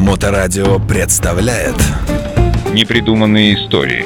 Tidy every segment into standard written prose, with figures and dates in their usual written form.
Моторадио представляет Непридуманные истории.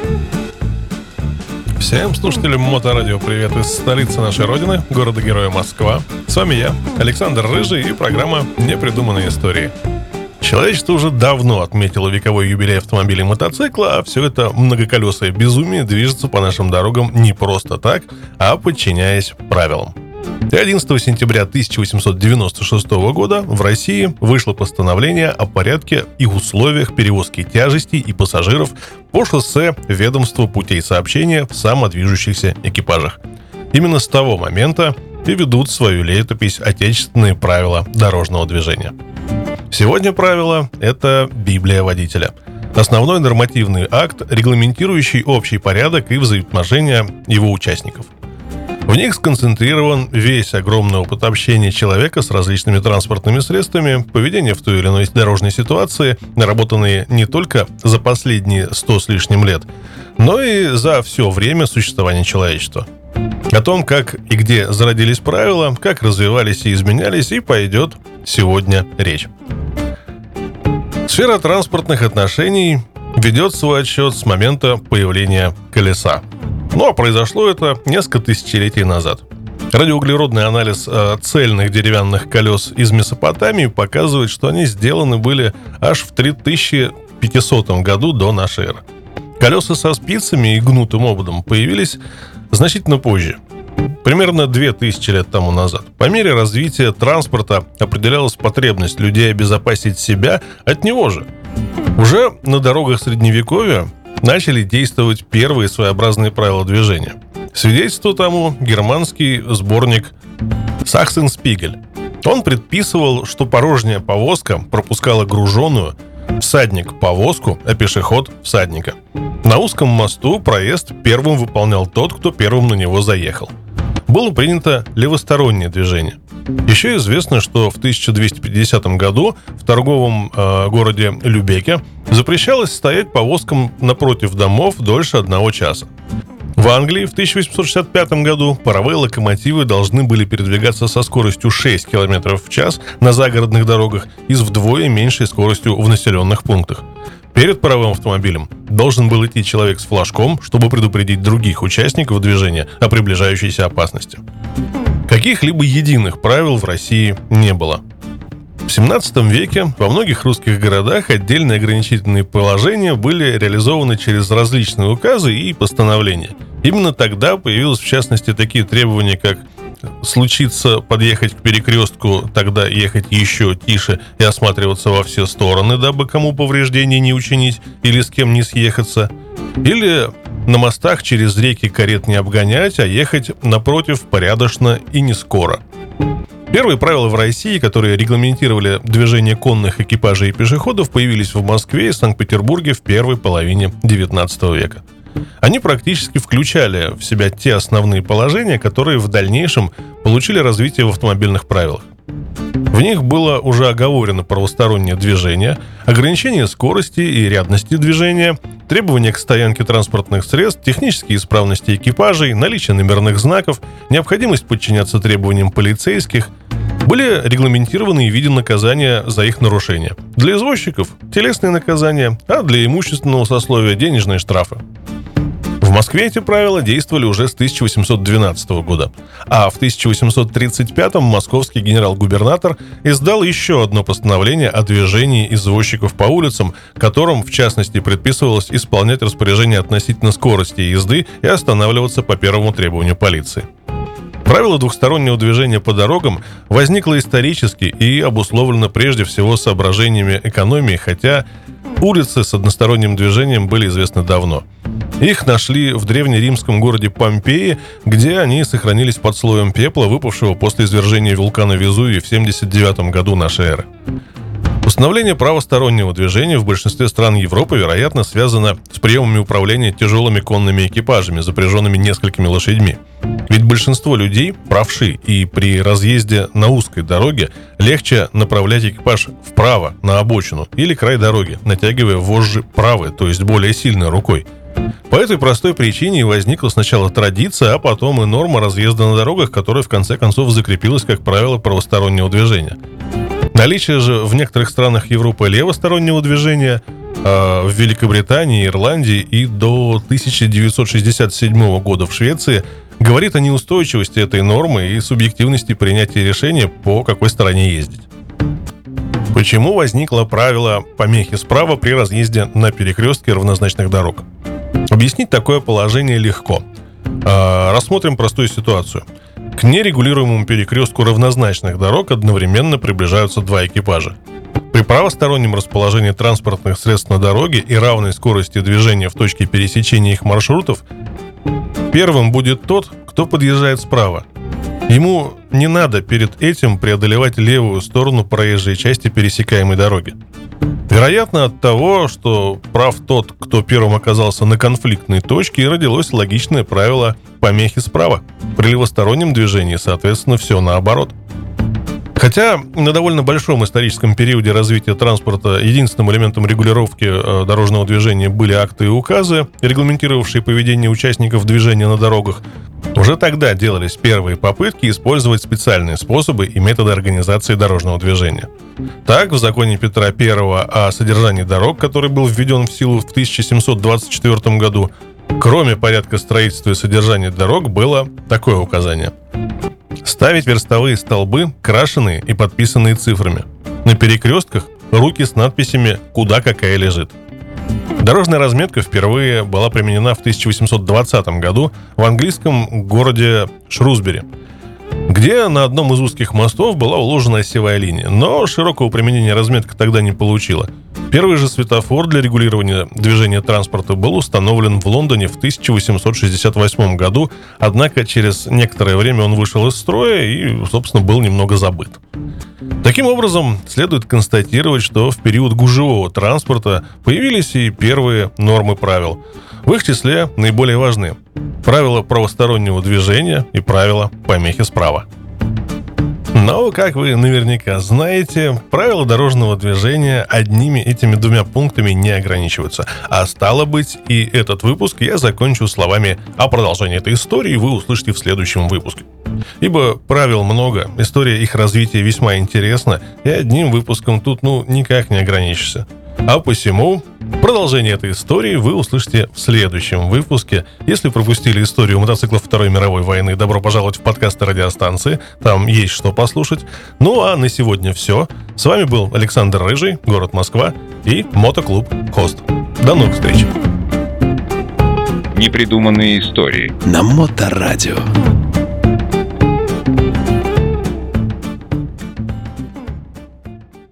Всем слушателям Моторадио привет из столицы нашей родины, города-героя Москва. С вами я, Александр Рыжий, и программа «Непридуманные истории». Человечество уже давно отметило вековой юбилей автомобиля и мотоцикла, а все это многоколесое безумие движется по нашим дорогам не просто так, а подчиняясь правилам. 11 сентября 1896 года в России вышло постановление о порядке и условиях перевозки тяжестей и пассажиров по шоссе ведомства путей сообщения в самодвижущихся экипажах. Именно с того момента и ведут свою летопись отечественные правила дорожного движения. Сегодня правила – это Библия водителя. Основной нормативный акт, регламентирующий общий порядок и взаимоотношения его участников. В них сконцентрирован весь огромный опыт общения человека с различными транспортными средствами, поведение в той или иной дорожной ситуации, наработанные не только за последние 100 с лишним лет, но и за все время существования человечества. О том, как и где зародились правила, как развивались и изменялись, и пойдет сегодня речь. Сфера транспортных отношений ведет свой отсчет с момента появления колеса. Но произошло это несколько тысячелетий назад. Радиоуглеродный анализ цельных деревянных колес из Месопотамии показывает, что они сделаны были аж в 3500 году до нашей эры. Колеса со спицами и гнутым ободом появились значительно позже, примерно 2000 лет тому назад. По мере развития транспорта определялась потребность людей обезопасить себя от него же. Уже на дорогах Средневековья начали действовать первые своеобразные правила движения. Свидетельство тому германский сборник «Саксенспигель». Он предписывал, что порожняя повозка пропускала груженую, всадник – повозку, а пешеход – всадника. На узком мосту проезд первым выполнял тот, кто первым на него заехал. Было принято левостороннее движение. Еще известно, что в 1250 году в торговом городе Любеке запрещалось стоять повозкам напротив домов дольше 1 часа. В Англии в 1865 году паровые локомотивы должны были передвигаться со скоростью 6 км в час на загородных дорогах и с вдвое меньшей скоростью в населенных пунктах. Перед паровым автомобилем должен был идти человек с флажком, чтобы предупредить других участников движения о приближающейся опасности. Каких-либо единых правил в России не было. В 17 веке во многих русских городах отдельные ограничительные положения были реализованы через различные указы и постановления. Именно тогда появились, в частности, такие требования, как случится подъехать к перекрестку, тогда ехать еще тише и осматриваться во все стороны, дабы кому повреждений не учинить или с кем не съехаться. Или на мостах через реки карет не обгонять, а ехать напротив порядочно и не скоро. Первые правила в России, которые регламентировали движение конных экипажей и пешеходов, появились в Москве и Санкт-Петербурге в первой половине XIX века. Они практически включали в себя те основные положения, которые в дальнейшем получили развитие в автомобильных правилах. В них было уже оговорено правостороннее движение, ограничение скорости и рядности движения, требования к стоянке транспортных средств, технические исправности экипажей, наличие номерных знаков, необходимость подчиняться требованиям полицейских. Были регламентированы и виды наказания за их нарушение. Для извозчиков – телесные наказания, а для имущественного сословия – денежные штрафы. В Москве эти правила действовали уже с 1812 года, а в 1835-м московский генерал-губернатор издал еще одно постановление о движении извозчиков по улицам, которым, в частности, предписывалось исполнять распоряжения относительно скорости езды и останавливаться по первому требованию полиции. Правило двухстороннего движения по дорогам возникло исторически и обусловлено прежде всего соображениями экономии, хотя улицы с односторонним движением были известны давно. Их нашли в древнеримском городе Помпеи, где они сохранились под слоем пепла, выпавшего после извержения вулкана Везувий в 79 году нашей эры. Установление правостороннего движения в большинстве стран Европы, вероятно, связано с приемами управления тяжелыми конными экипажами, запряженными несколькими лошадьми. Ведь большинство людей правши, и при разъезде на узкой дороге легче направлять экипаж вправо, на обочину, или край дороги, натягивая вожжи правой, то есть более сильной рукой. По этой простой причине и возникла сначала традиция, а потом и норма разъезда на дорогах, которая в конце концов закрепилась как правило правостороннего движения. Наличие же в некоторых странах Европы левостороннего движения, в Великобритании, Ирландии и до 1967 года в Швеции говорит о неустойчивости этой нормы и субъективности принятия решения, по какой стороне ездить. Почему возникло правило помехи справа при разъезде на перекрестке равнозначных дорог? Объяснить такое положение легко. Рассмотрим простую ситуацию. К нерегулируемому перекрестку равнозначных дорог одновременно приближаются два экипажа. При правостороннем расположении транспортных средств на дороге и равной скорости движения в точке пересечения их маршрутов, первым будет тот, кто подъезжает справа. Ему не надо перед этим преодолевать левую сторону проезжей части пересекаемой дороги. Вероятно, от того, что прав тот, кто первым оказался на конфликтной точке, и родилось логичное правило помехи справа. При левостороннем движении, соответственно, все наоборот. Хотя на довольно большом историческом периоде развития транспорта единственным элементом регулировки дорожного движения были акты и указы, регламентировавшие поведение участников движения на дорогах, уже тогда делались первые попытки использовать специальные способы и методы организации дорожного движения. Так, в законе Петра I о содержании дорог, который был введен в силу в 1724 году, кроме порядка строительства и содержания дорог, было такое указание: ставить верстовые столбы, крашеные и подписанные цифрами. На перекрестках руки с надписями «Куда какая лежит». Дорожная разметка впервые была применена в 1820 году в английском городе Шрусбери, где на одном из узких мостов была уложена осевая линия, но широкого применения разметка тогда не получила. Первый же светофор для регулирования движения транспорта был установлен в Лондоне в 1868 году, однако через некоторое время он вышел из строя и, собственно, был немного забыт. Таким образом, следует констатировать, что в период гужевого транспорта появились и первые нормы правил. В их числе наиболее важны правила правостороннего движения и правила помехи справа. Но, как вы наверняка знаете, правила дорожного движения одними этими двумя пунктами не ограничиваются. А стало быть, и этот выпуск я закончу словами о продолжении этой истории вы услышите в следующем выпуске. Ибо правил много, история их развития весьма интересна, и одним выпуском тут никак не ограничишься. А посему продолжение этой истории вы услышите в следующем выпуске. Если пропустили историю мотоциклов Второй мировой войны, добро пожаловать в подкасты радиостанции. Там есть что послушать. Ну а на сегодня все. С вами был Александр Рыжий, город Москва и мотоклуб Хост. До новых встреч. Непридуманные истории На Моторадио.